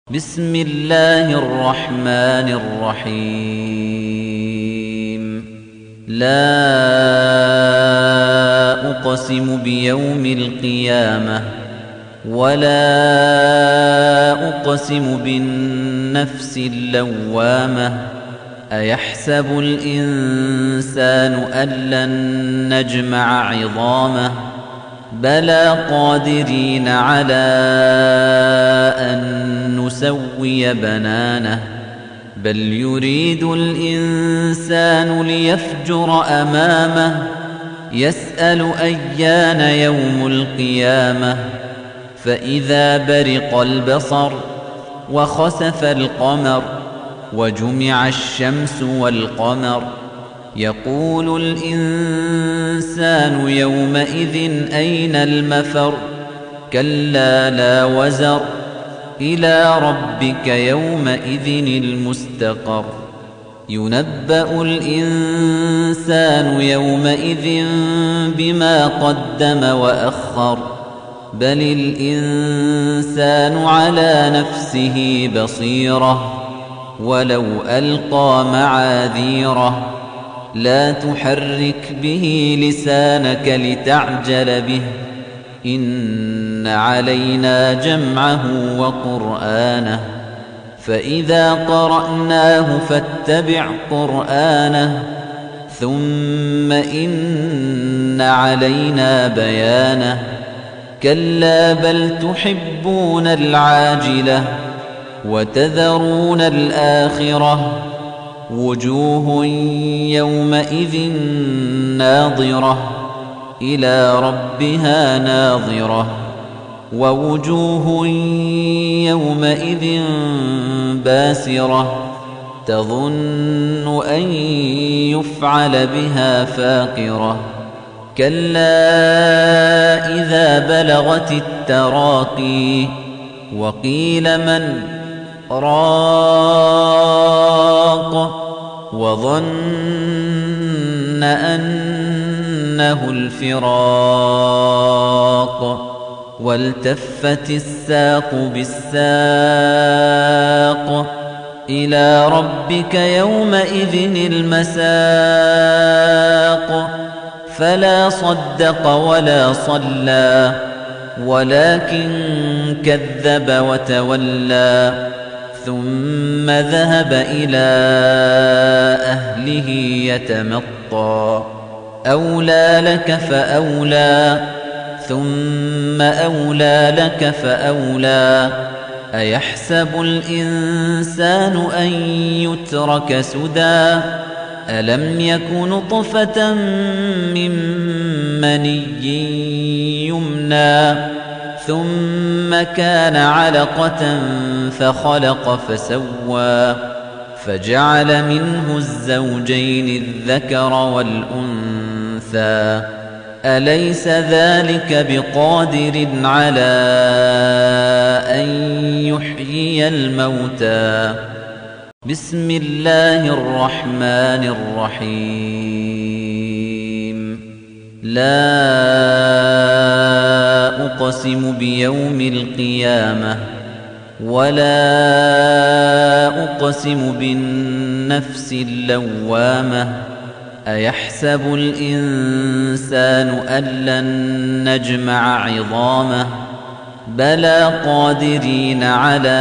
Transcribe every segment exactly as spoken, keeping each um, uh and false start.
بسم الله الرحمن الرحيم لا أقسم بيوم القيامة ولا أقسم بالنفس اللوامة أيحسب الإنسان أن لن نجمع عظامه بلى قادرين على أن نسوي بنانه بل يريد الإنسان ليفجر أمامه يسأل أيان يوم القيامة فإذا برق البصر وخسف القمر وجمع الشمس والقمر يقول الإنسان يومئذ أين المفر كلا لا وزر إلى ربك يومئذ المستقر ينبأ الإنسان يومئذ بما قدم وأخر بل الإنسان على نفسه بصيرة ولو ألقى معاذيره لا تحرك به لسانك لتعجل به إن علينا جمعه وقرآنه فإذا قرأناه فاتبع قرآنه ثم إن علينا بيانه كلا بل تحبون العاجلة وتذرون الآخرة وجوه يومئذ ناظرة إلى ربها ناظرة ووجوه يومئذ باسرة تظن أن يفعل بها فاقرة كلا إذا بلغت التراقي وقيل من راق وظن أنه الفراق والتفت الساق بالساق إلى ربك يومئذ المساق فلا صدق ولا صلى ولكن كذب وتولى ثم ذهب إلى أهله يتمطى أولى لك فأولى ثم أولى لك فأولى أيحسب الإنسان أن يترك سدى ألم يك نطفة من مني يمنى ثم كان علقة فخلق فسوى فجعل منه الزوجين الذكر والأنثى أليس ذلك بقادر على أن يحيي الموتى بسم الله الرحمن الرحيم لا أقسم بيوم القيامة ولا أقسم بالنفس اللوامة أيحسب الإنسان أن لن نجمع عظامه بلى قادرين على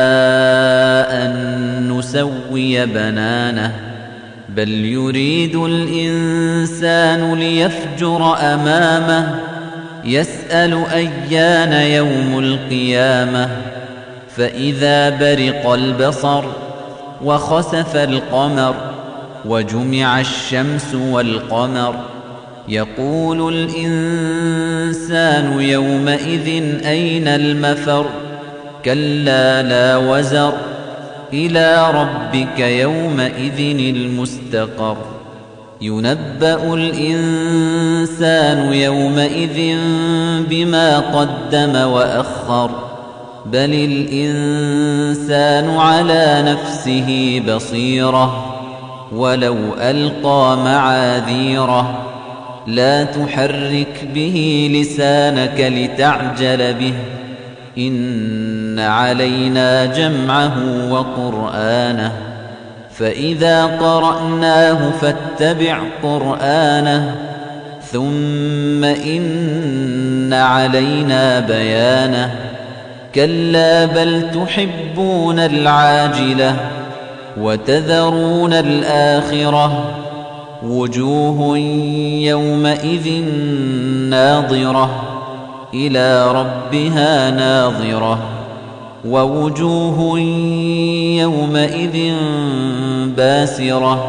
أن نسوي بنانه بل يريد الإنسان ليفجر أمامه يسأل أيان يوم القيامة فإذا برق البصر وخسف القمر وجمع الشمس والقمر يقول الإنسان يومئذ أين المفر كلا لا وزر إلى ربك يومئذ المستقر ينبأ الإنسان يومئذ بما قدم وأخر بل الإنسان على نفسه بصيرة ولو ألقى معاذيره لا تحرك به لسانك لتعجل به إن علينا جمعه وقرآنه فإذا قرأناه فاتبع قرآنه ثم إن علينا بيانه كلا بل تحبون العاجلة وتذرون الآخرة وجوه يومئذ ناظرة إلى ربها ناظرة ووجوه يومئذ باسرة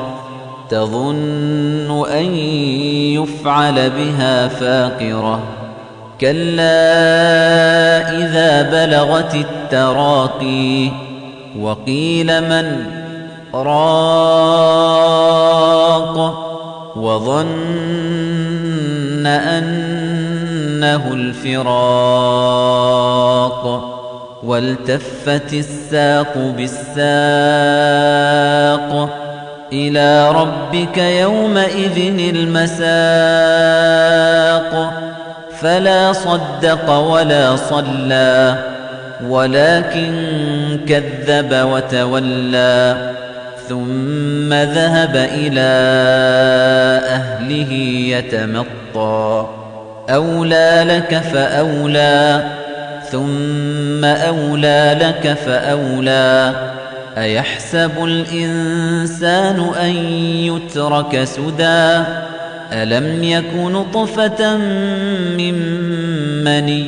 تظن أن يفعل بها فاقرة كلا إذا بلغت التراقي وقيل من راق وظن أنه الفراق والتفت الساق بالساق إلى ربك يومئذ المساق فلا صدق ولا صلى ولكن كذب وتولى ثم ذهب إلى أهله يتمطى أولى لك فأولى ثم أولى لك فأولى أيحسب الإنسان أن يترك سدى ألم يك نطفة من مني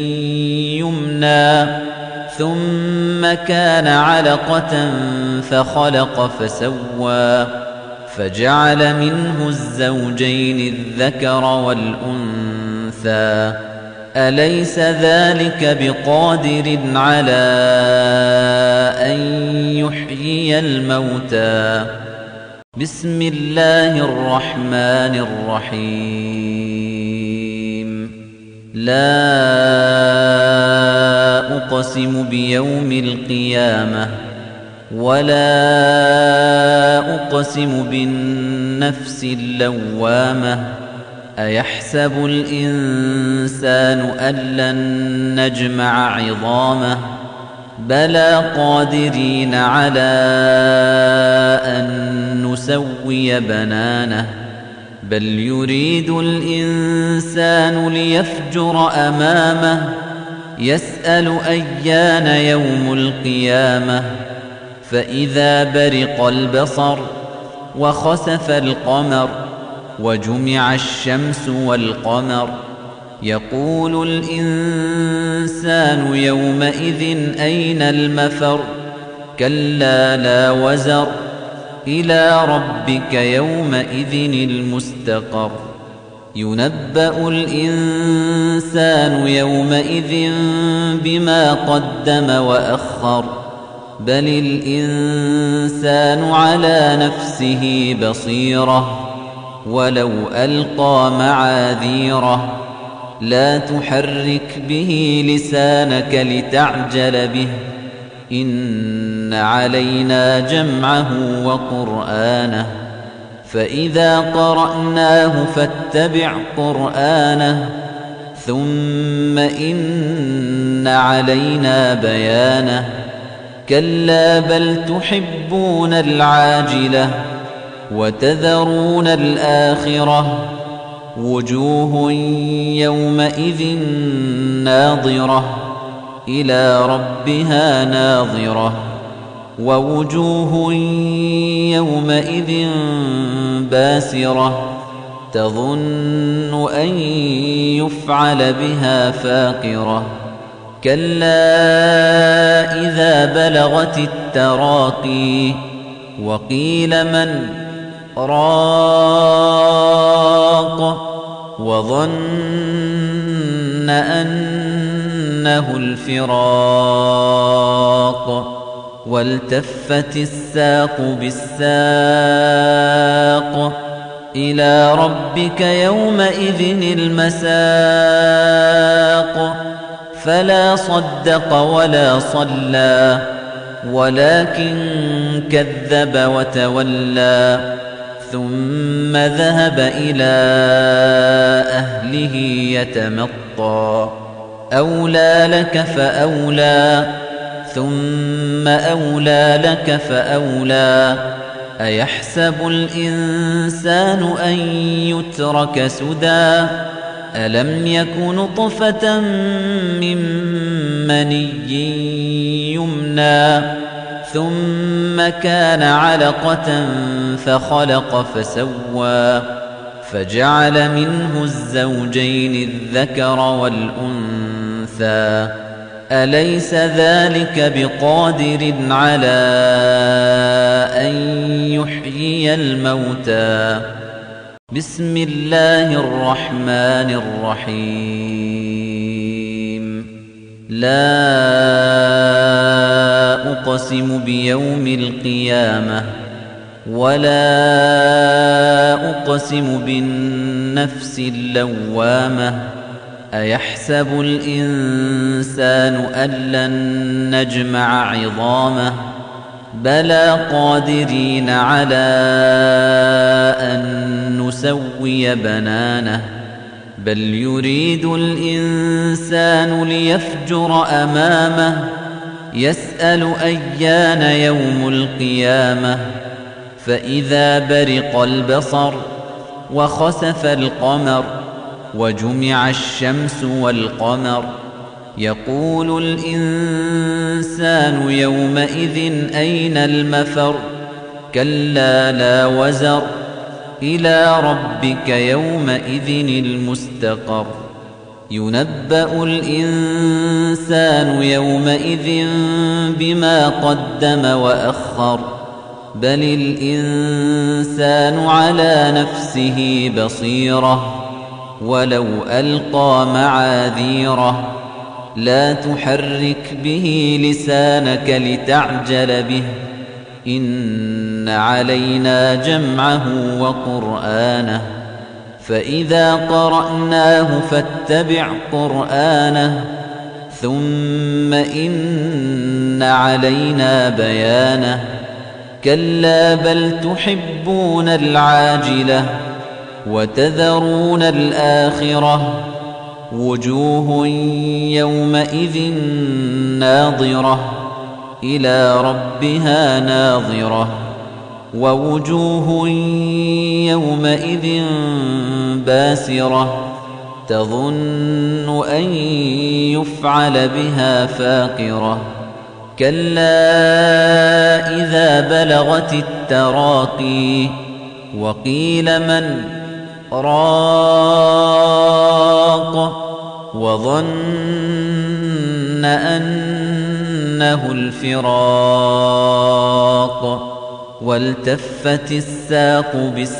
يمنى ثم كان علقة فخلق فسوى فجعل منه الزوجين الذكر والأنثى أليس ذلك بقادر على أن يحيي الموتى بسم الله الرحمن الرحيم لا أقسم بيوم القيامة ولا أقسم بالنفس اللوامة أيحسب الإنسان أن لن نجمع عظامه بلى قادرين على أن نسوي بنانه بل يريد الإنسان ليفجر أمامه يسأل أيان يوم القيامة فإذا برق البصر وخسف القمر وجمع الشمس والقمر يقول الإنسان يومئذ أين المفر كلا لا وزر إلى ربك يومئذ المستقر ينبأ الإنسان يومئذ بما قدم وأخر بل الإنسان على نفسه بصيرة ولو ألقى معاذيره لا تحرك به لسانك لتعجل به إن علينا جمعه وقرآنه فإذا قرأناه فاتبع قرآنه ثم إن علينا بيانه كلا بل تحبون العاجلة وتذرون الآخرة وجوه يومئذ ناظرة إلى ربها ناظرة ووجوه يومئذ باسرة تظن أن يفعل بها فاقرة كلا إذا بلغت التراقي وقيل من راق وظن أنه الفراق والتفت الساق بالساق إلى ربك يومئذ المساق فلا صدق ولا صلى ولكن كذب وتولى ثم ذهب إلى أهله يتمطى أولى لك فأولى ثم أولى لك فأولى أيحسب الإنسان أن يترك سدى ألم يك نطفة من مني يمنى ثم كان علقة فخلق فسوى فجعل منه الزوجين الذكر والأنثى أليس ذلك بقادر على أن يحيي الموتى بسم الله الرحمن الرحيم لا أقسم بيوم القيامة ولا أقسم بالنفس اللوامة أيحسب الإنسان أن لن نجمع عظامه بلى قادرين على أن نسوي بنانه بل يريد الإنسان ليفجر أمامه يسأل أيان يوم القيامة فإذا برق البصر وخسف القمر وجمع الشمس والقمر يقول الإنسان يومئذ أين المفر كلا لا وزر إلى ربك يومئذ المستقر ينبأ الإنسان يومئذ بما قدم وأخر بل الإنسان على نفسه بصيرة ولو ألقى معاذيره لا تحرك به لسانك لتعجل به إن علينا جمعه وقرآنه فإذا قرأناه فاتبع قرآنه ثم إن علينا بيانه كلا بل تحبون العاجلة وتذرون الآخرة وجوه يومئذ ناظرة إلى ربها ناظرة ووجوه يومئذ باسرة تظن أن يفعل بها فاقرة كلا إذا بلغت التراقي وقيل من راق وظن أنه الفراق والتفت الساق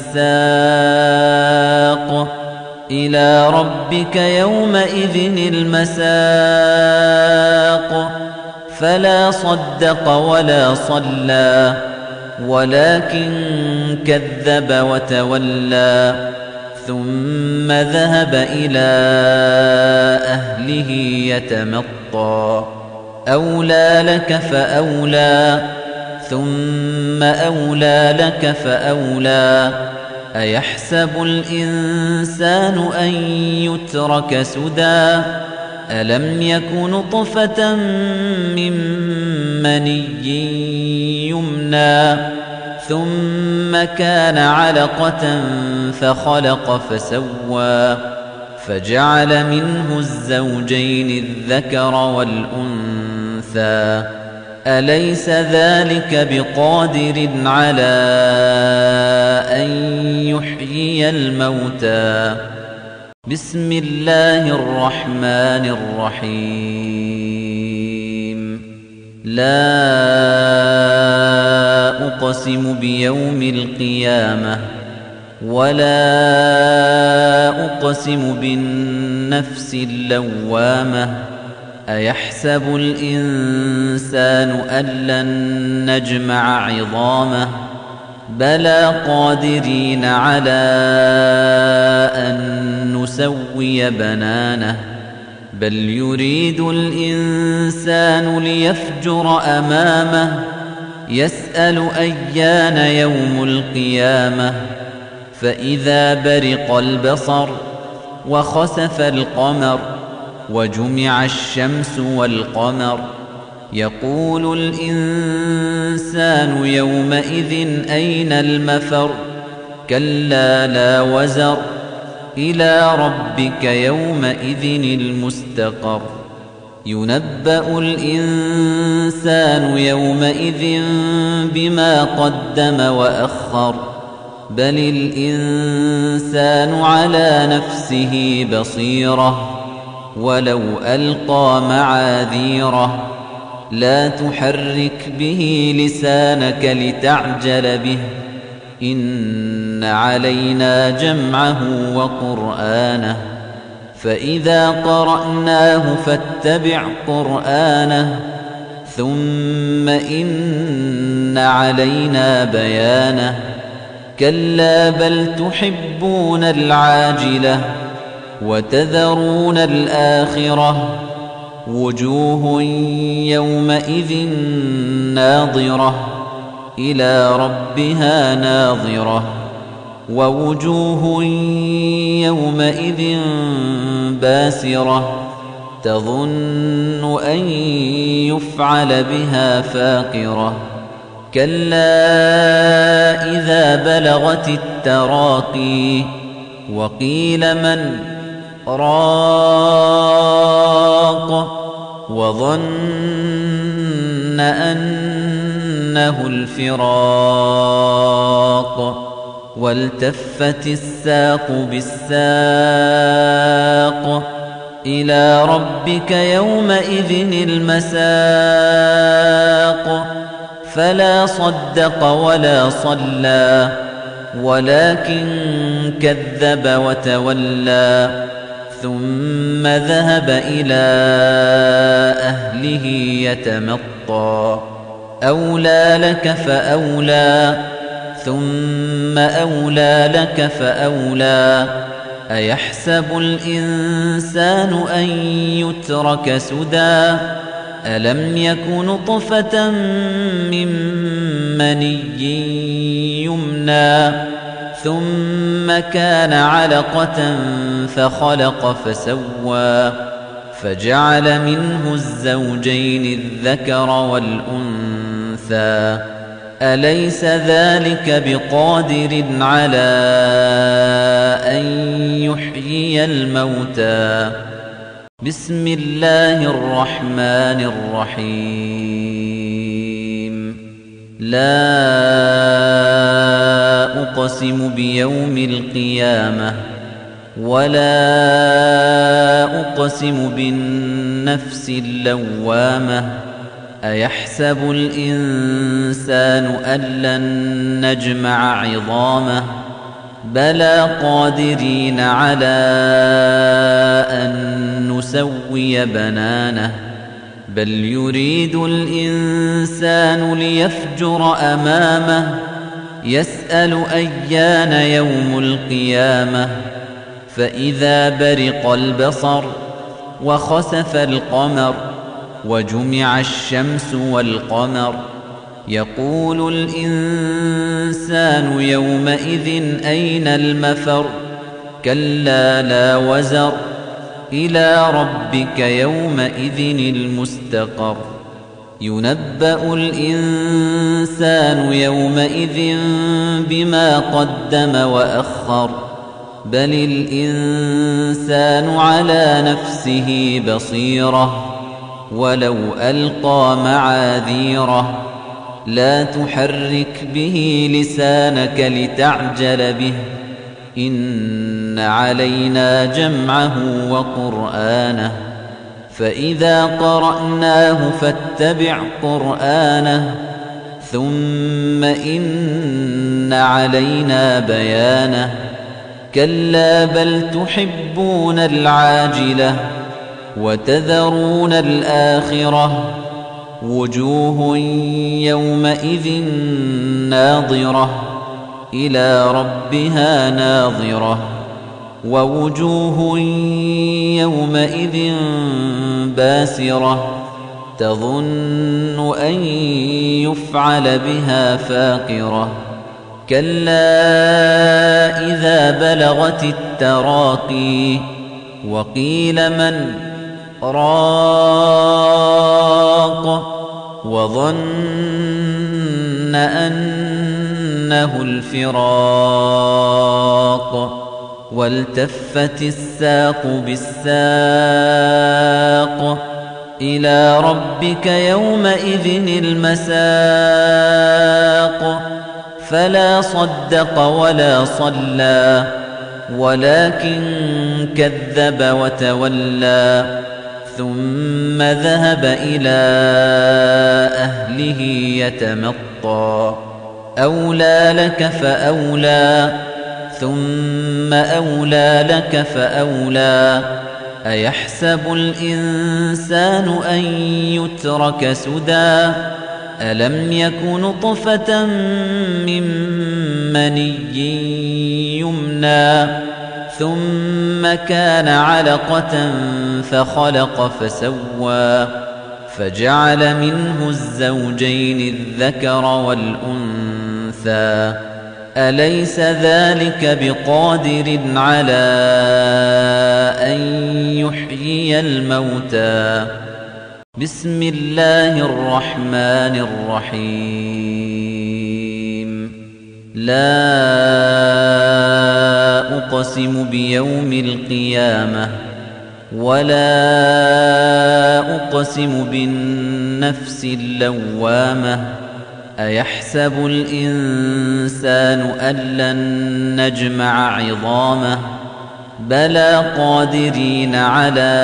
بالساق إلى ربك يومئذ المساق فلا صدق ولا صلى ولكن كذب وتولى ثم ذهب إلى أهله يتمطى أولى لك فأولى ثم أولى لك فأولى أيحسب الإنسان أن يترك سدى ألم يك نطفة من مني يمنى ثم كان علقة فخلق فسوى فجعل منه الزوجين الذكر والأنثى أليس ذلك بقادر على أن يحيي الموتى بسم الله الرحمن الرحيم لا أقسم بيوم القيامة ولا أقسم بالنفس اللوامة أيحسب الإنسان أن لن نجمع عظامه بلى قادرين على أن نسوي بنانه بل يريد الإنسان ليفجر أمامه يسأل أيان يوم القيامة فإذا برق البصر وخسف القمر وجمع الشمس والقمر يقول الإنسان يومئذ أين المفر كلا لا وزر إلى ربك يومئذ المستقر ينبأ الإنسان يومئذ بما قدم وأخر بل الإنسان على نفسه بصيرة ولو ألقى معاذيره لا تحرك به لسانك لتعجل به إن علينا جمعه وقرآنه فإذا قرأناه فاتبع قرآنه ثم إن علينا بيانه كلا بل تحبون العاجلة وتذرون الآخرة وجوه يومئذ ناظرة إلى ربها ناظرة ووجوه يومئذ باسرة تظن أن يفعل بها فاقرة كلا إذا بلغت التراقي وقيل من راق وظن أنه الفراق والتفت الساق بالساق إلى ربك يومئذ المساق فلا صدق ولا صلى ولكن كذب وتولى ثم ذهب إلى أهله يتمطى أولى لك فأولى ثم أولى لك فأولى أيحسب الإنسان أن يترك سدى ألم يك نطفة من مني يمنى ثم كان علقة فخلق فسوى فجعل منه الزوجين الذكر والأنثى أليس ذلك بقادر على أن يحيي الموتى بسم الله الرحمن الرحيم لا أقسم بيوم القيامة ولا أقسم بالنفس اللوامة أيحسب الإنسان أن لن نجمع عظامه بلى قادرين على أن نسوي بنانه بل يريد الإنسان ليفجر أمامه يسأل أيان يوم القيامة فإذا برق البصر وخسف القمر وجمع الشمس والقمر يقول الإنسان يومئذ أين المفر كلا لا وزر إلى ربك يومئذ المستقر ينبأ الإنسان يومئذ بما قدم وأخر بل الإنسان على نفسه بصيرة ولو ألقى معاذيره لا تحرك به لسانك لتعجل به إن علينا جمعه وقرآنه فإذا قرأناه فاتبع قرآنه ثم إن علينا بيانه كلا بل تحبون العاجلة وتذرون الآخرة وجوه يومئذ ناظرة إلى ربها ناظرة ووجوه يومئذ باسرة تظن أن يفعل بها فاقرة كلا إذا بلغت التراقي وقيل من راق وظن أنه الفراق والتفت الساق بالساق إلى ربك يومئذ المساق فلا صدق ولا صلى ولكن كذب وتولى ثم ذهب إلى أهله يتمطى أولى لك فأولى ثم أولى لك فأولى أيحسب الإنسان أن يترك سدى ألم يك نطفة من مني يمنى ثم كان علقة فخلق فسوى فجعل منه الزوجين الذكر والأنثى أليس ذلك بقادر على أن يحيي الموتى بسم الله الرحمن الرحيم لا أقسم بيوم القيامة ولا أقسم بالنفس اللوامة أيحسب الإنسان أن لن نجمع عظامه بلى قادرين على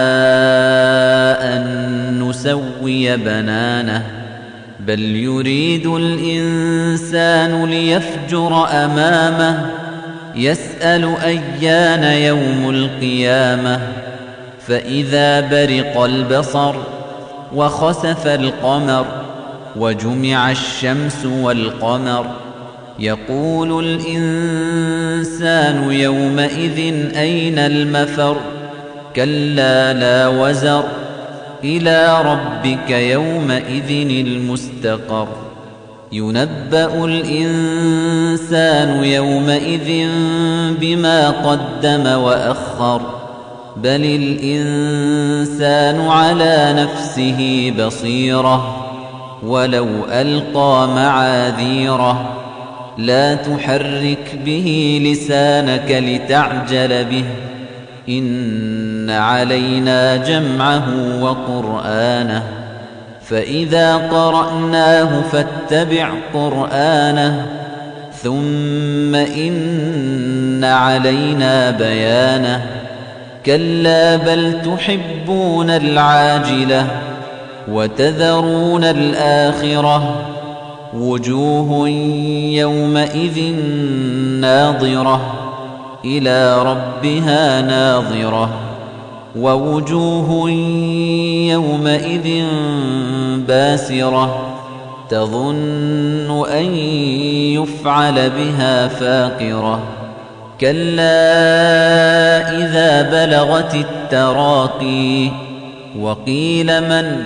أن نسوي بنانه بل يريد الإنسان ليفجر أمامه يسأل أيان يوم القيامة فإذا برق البصر وخسف القمر وجمع الشمس والقمر يقول الإنسان يومئذ أين المفر كلا لا وزر إلى ربك يومئذ المستقر ينبأ الإنسان يومئذ بما قدم وأخر بل الإنسان على نفسه بصيرة ولو ألقى معاذيره لا تحرك به لسانك لتعجل به إن علينا جمعه وقرآنه فإذا قرأناه فاتبع قرآنه ثم إن علينا بيانه كلا بل تحبون العاجلة وتذرون الآخرة وجوه يومئذ ناظرة إلى ربها ناظرة ووجوه يومئذ باسرة تظن أن يفعل بها فاقرة كلا إذا بلغت التراقي وقيل من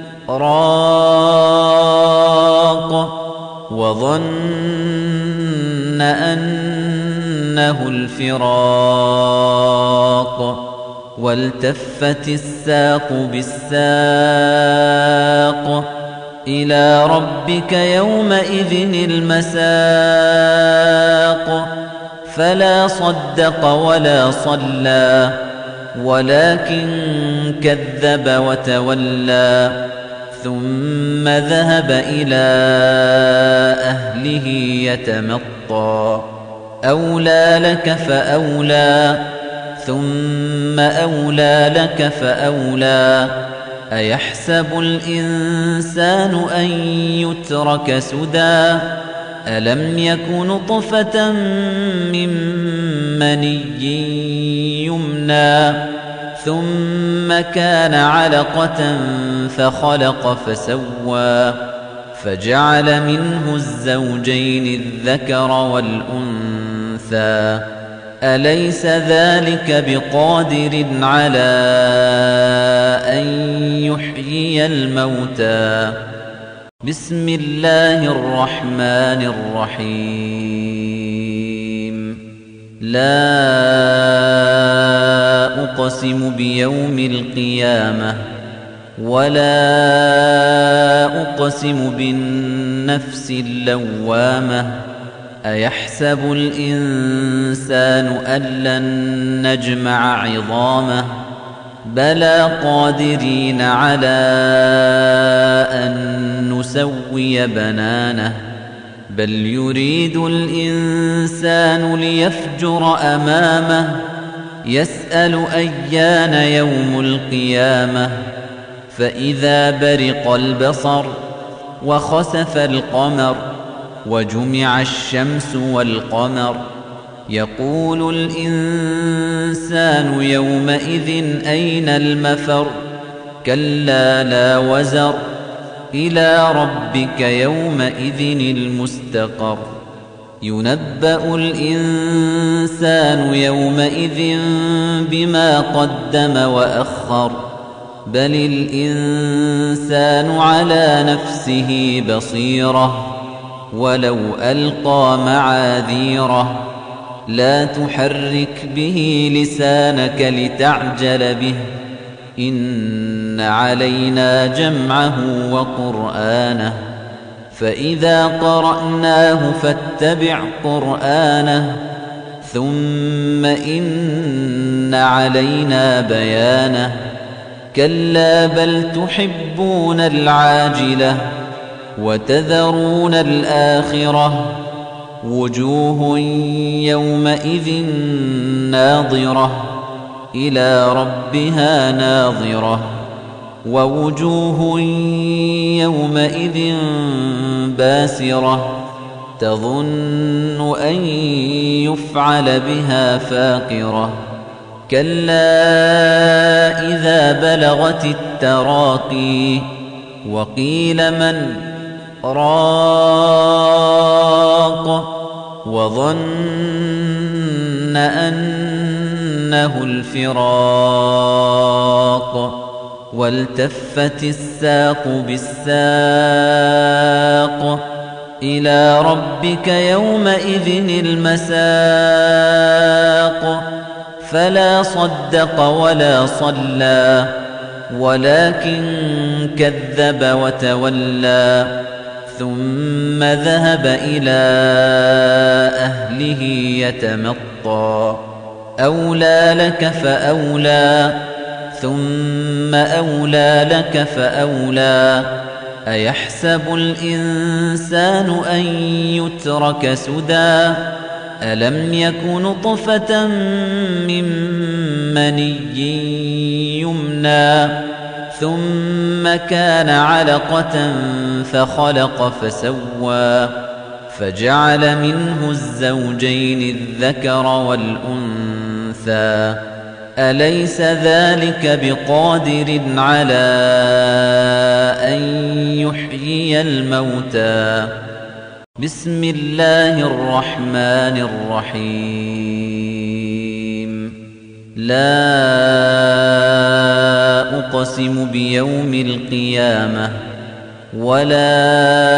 راق وظن أنه الفراق والتفت الساق بالساق إلى ربك يومئذ المساق فلا صدق ولا صلى ولكن كذب وتولى ثم ذهب إلى أهله يتمطى أولى لك فأولى ثم أولى لك فأولى أيحسب الإنسان أن يترك سدى ألم يك نطفة من مني يمنى ثم كان علقة فخلق فسوى فجعل منه الزوجين الذكر والأنثى أليس ذلك بقادر على أن يحيي الموتى بسم الله الرحمن الرحيم لا أقسم بيوم القيامة ولا أقسم بالنفس اللوامة أيحسب الإنسان أن لن نجمع عظامه بلى قادرين على أن نسوي بنانه بل يريد الإنسان ليفجر أمامه يسأل أيان يوم القيامة فإذا برق البصر وخسف القمر وجمع الشمس والقمر يقول الإنسان يومئذ أين المفر كلا لا وزر إلى ربك يومئذ المستقر ينبأ الإنسان يومئذ بما قدم وأخر بل الإنسان على نفسه بصيرة ولو ألقى معاذيره لا تحرك به لسانك لتعجل به إن علينا جمعه وقرآنه فإذا قرأناه فاتبع قرآنه ثم إن علينا بيانه كلا بل تحبون العاجلة وتذرون الآخرة وجوه يومئذ ناظرة إلى ربها ناظرة ووجوه يومئذ باسرة تظن أن يفعل بها فاقرة كلا إذا بلغت التراقي وقيل من راق وظن أنه الفراق والتفت الساق بالساق إلى ربك يومئذ المساق فلا صدق ولا صلى ولكن كذب وتولى ثم ذهب إلى أهله يتمطى أولى لك فأولى ثم أولى لك فأولى أيحسب الإنسان أن يترك سدى ألم يك نطفة من مني يمنى ثم كان علقة فخلق فسوى فجعل منه الزوجين الذكر والأنثى أليس ذلك بقادر على أن يحيي الموتى بسم الله الرحمن الرحيم لا أقسم بيوم القيامة ولا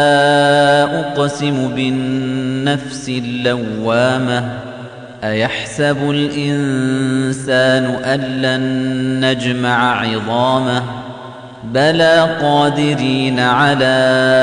أقسم بالنفس اللوامة أيحسب الإنسان أن لن نجمع عظامه بلى قادرين على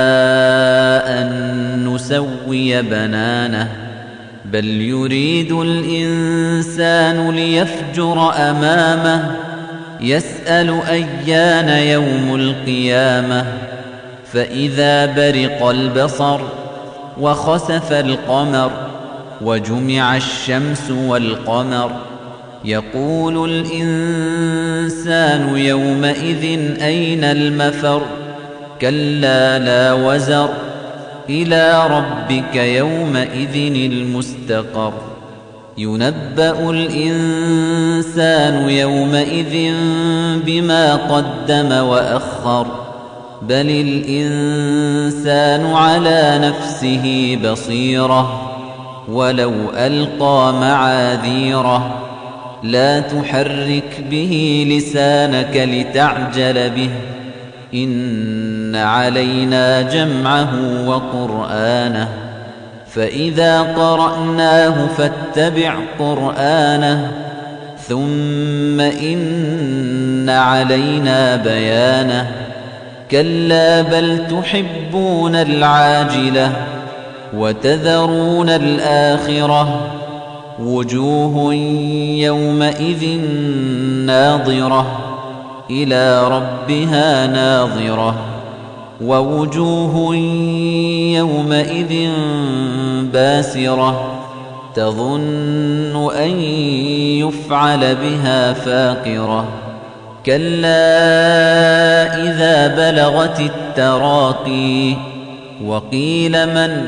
أن نسوي بنانه بل يريد الإنسان ليفجر أمامه يسأل أيان يوم القيامة فإذا برق البصر وخسف القمر وجمع الشمس والقمر يقول الإنسان يومئذ أين المفر كلا لا وزر إلى ربك يومئذ المستقر ينبأ الإنسان يومئذ بما قدم وأخر بل الإنسان على نفسه بصيرة ولو ألقى معاذيره لا تحرك به لسانك لتعجل به إن علينا جمعه وقرآنه فإذا قرأناه فاتبع قرآنه ثم إن علينا بيانه كلا بل تحبون العاجلة وتذرون الآخرة وجوه يومئذ ناظرة إلى ربها ناظرة ووجوه يومئذ باسرة تظن أن يفعل بها فاقرة كلا إذا بلغت التراقي وقيل من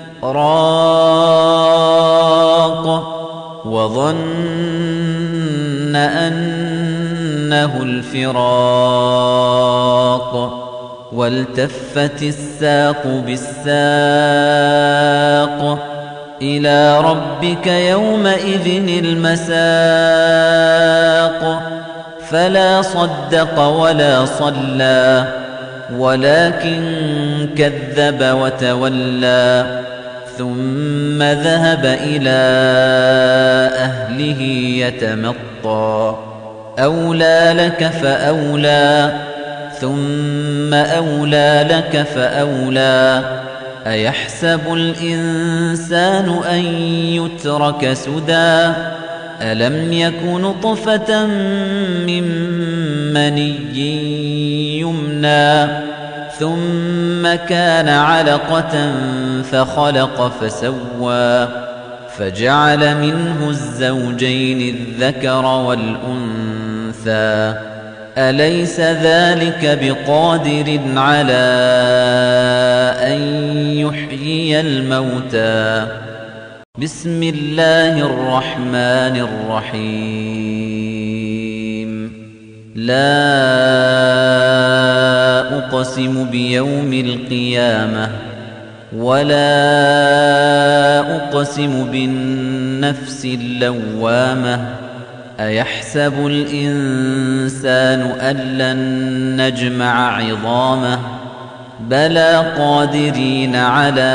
راق وظن أنه الفراق والتفت الساق بالساق إلى ربك يومئذ المساق فلا صدق ولا صلى ولكن كذب وتولى ثم ذهب إلى أهله يتمطى أولى لك فأولى ثم أولى لك فأولى أيحسب الإنسان أن يترك سدى ألم يك نطفة من مني يمنى ثم كان علقة فخلق فسوى فجعل منه الزوجين الذكر والأنثى أليس ذلك بقادر على أن يحيي الموتى بسم الله الرحمن الرحيم لا أقسم بيوم القيامة ولا أقسم بالنفس اللوامة أيحسب الإنسان أن لن نجمع عظامه بلى قادرين على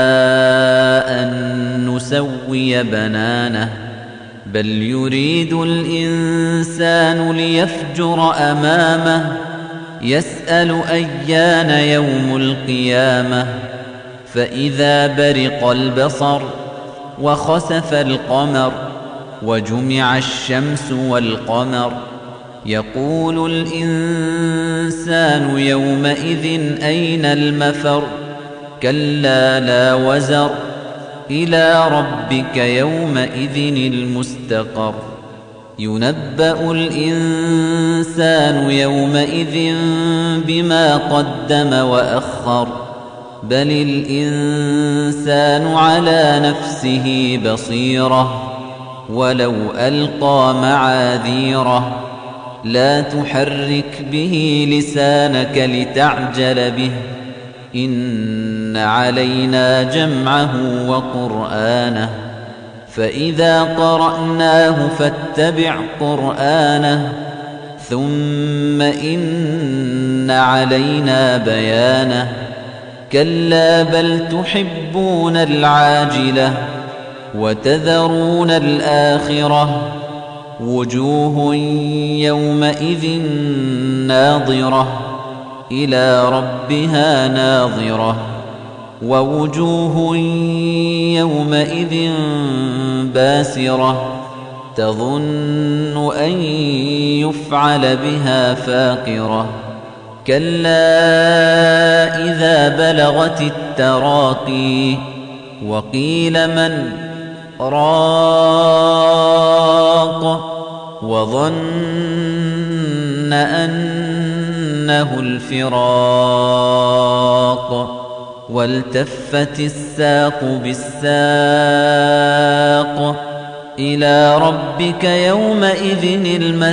أن نسوي بنانه بل يريد الإنسان ليفجر أمامه يسأل أيان يوم القيامة فإذا برق البصر وخسف القمر وجمع الشمس والقمر يقول الإنسان يومئذ أين المفر كلا لا وزر إلى ربك يومئذ المستقر ينبأ الإنسان يومئذ بما قدم وأخر بل الإنسان على نفسه بصيرة ولو ألقى معاذيره لا تحرك به لسانك لتعجل به إن علينا جمعه وقرآنه فإذا قرأناه فاتبع قرآنه ثم إن علينا بيانه كلا بل تحبون العاجلة وتذرون الآخرة وجوه يومئذ ناظرة إلى ربها ناظرة ووجوه يومئذ باسرة تظن أن يفعل بها فاقرة كلا إذا بلغت التراقي وقيل من راق وظن أنه الفراق والتفت الساق بالساق إلى ربك يومئذ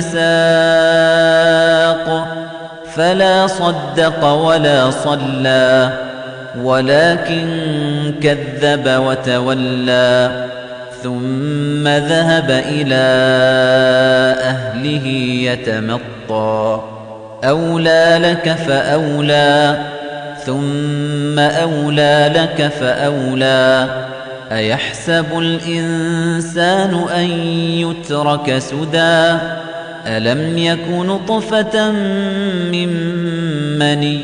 المساق فلا صدق ولا صلى ولكن كذب وتولى ثم ذهب إلى أهله يتمطى أولى لك فأولى ثم أولى لك فأولى أيحسب الإنسان أن يترك سدى ألم يك نطفة من مني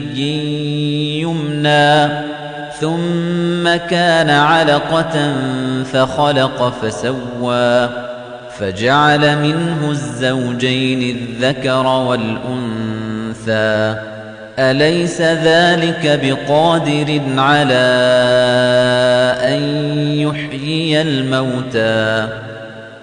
يمنى ثم كان علقة فخلق فسوى فجعل منه الزوجين الذكر والأنثى أليس ذلك بقادر على أن يحيي الموتى